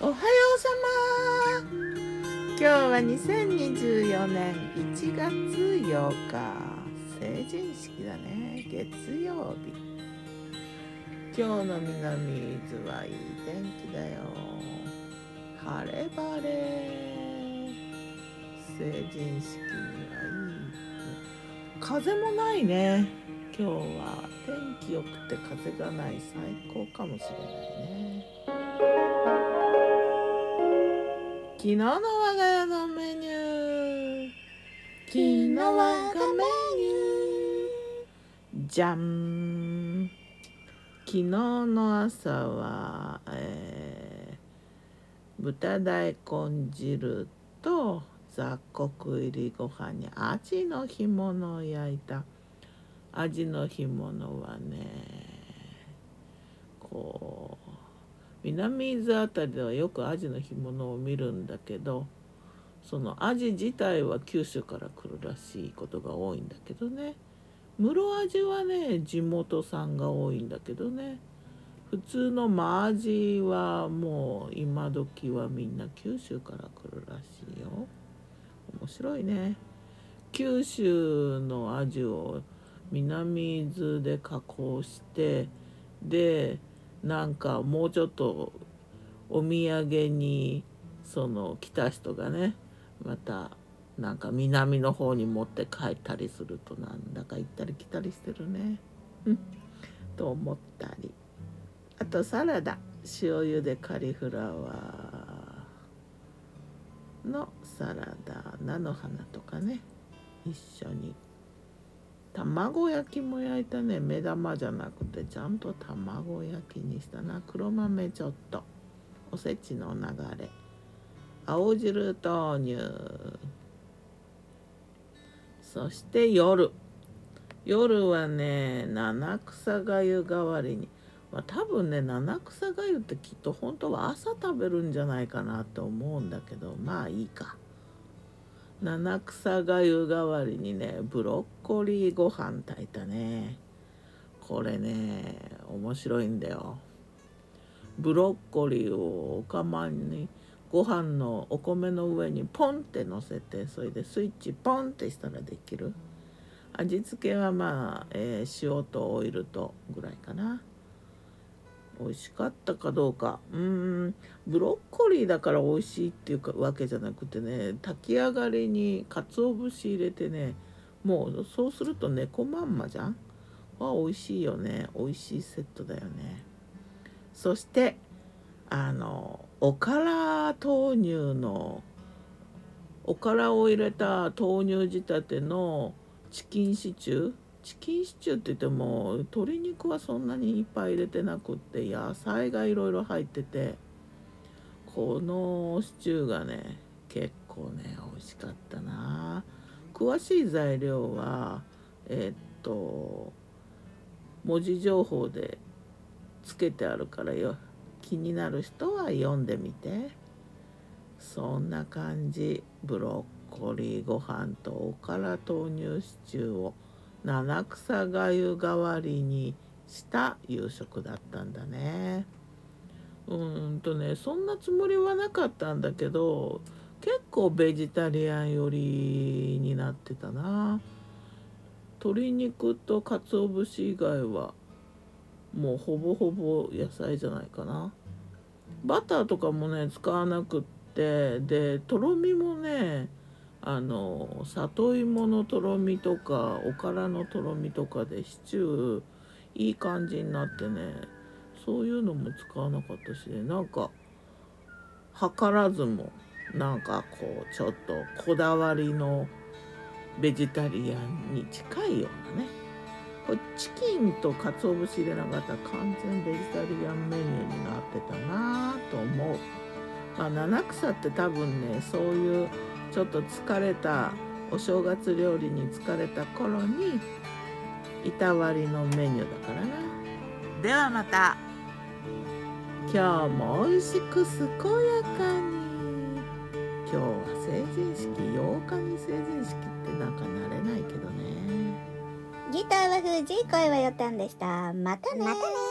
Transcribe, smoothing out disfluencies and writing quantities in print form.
おはようさま。今日は2024年1月8日、成人式だね。月曜日。今日の南伊豆はいい天気だよ。晴れ晴れ。成人式にはいい。風もないね。今日は天気良くて風がない、最高かもしれないね。昨日の我が家のメニュー。昨日我がメニュー。じゃん。昨日の朝は、豚大根汁と雑穀入りご飯にアジの干物を焼いた。アジの干物はね、こう南伊豆あたりではよくアジの干物を見るんだけど、そのアジ自体は九州から来るらしいことが多いんだけどね。室アジはね地元産が多いんだけどね、普通のマアジはもう今時はみんな九州から来るらしいよ。面白いね。九州のアジを南伊豆で加工して、でなんかもうちょっとお土産にその来た人がね、またなんか南の方に持って帰ったりすると、なんだか行ったり来たりしてるねと思ったり、あとサラダ、塩茹でカリフラワーのサラダ、菜の花とかね一緒に。卵焼きも焼いたね。目玉じゃなくてちゃんと卵焼きにしたな。黒豆ちょっと、おせちの流れ、青汁豆乳。そして夜はね七草がゆ代わりに、多分ね七草がゆってきっと本当は朝食べるんじゃないかなと思うんだけど、まあいいか。七草がゆ代わりにねブロッコリーご飯炊いたね。これね面白いんだよ。ブロッコリーをお釜にご飯のお米の上にポンって乗せて、それでスイッチポンってしたらできる。味付けは塩とオイルとぐらいかな。美味しかったかどうか、ブロッコリーだから美味しいっていうかわけじゃなくてね、炊き上がりに鰹節入れてね、もうそうすると猫まんまじゃん。美味しいよね。美味しいセットだよね。そしておから豆乳のおからを入れた豆乳仕立てのチキンシチュー。チキンシチューって言っても鶏肉はそんなにいっぱい入れてなくって、野菜がいろいろ入ってて、このシチューがね結構ね美味しかったな。詳しい材料は文字情報でつけてあるからよ、気になる人は読んでみて。そんな感じ。ブロッコリーご飯とおから豆乳シチューを七草がゆ代わりにした夕食だったんだね。そんなつもりはなかったんだけど、結構ベジタリアン寄りになってたな。鶏肉と鰹節以外はもうほぼほぼ野菜じゃないかな。バターとかもね使わなくって、でとろみもね里芋のとろみとかおからのとろみとかでシチューいい感じになってね、そういうのも使わなかったしね、なんか図らずもなんかこうちょっとこだわりのベジタリアンに近いようなね。これチキンと鰹節入れなかったら完全ベジタリアンメニューになってたなと思う。七草って多分ねそういうちょっと疲れたお正月料理に疲れた頃にいたわりのメニューだからな。ではまた。今日も美味しく健やかに。今日は成人式、8日に成人式ってなんか慣れないけどね。 ギターは藤井、声はよたんでした。またね。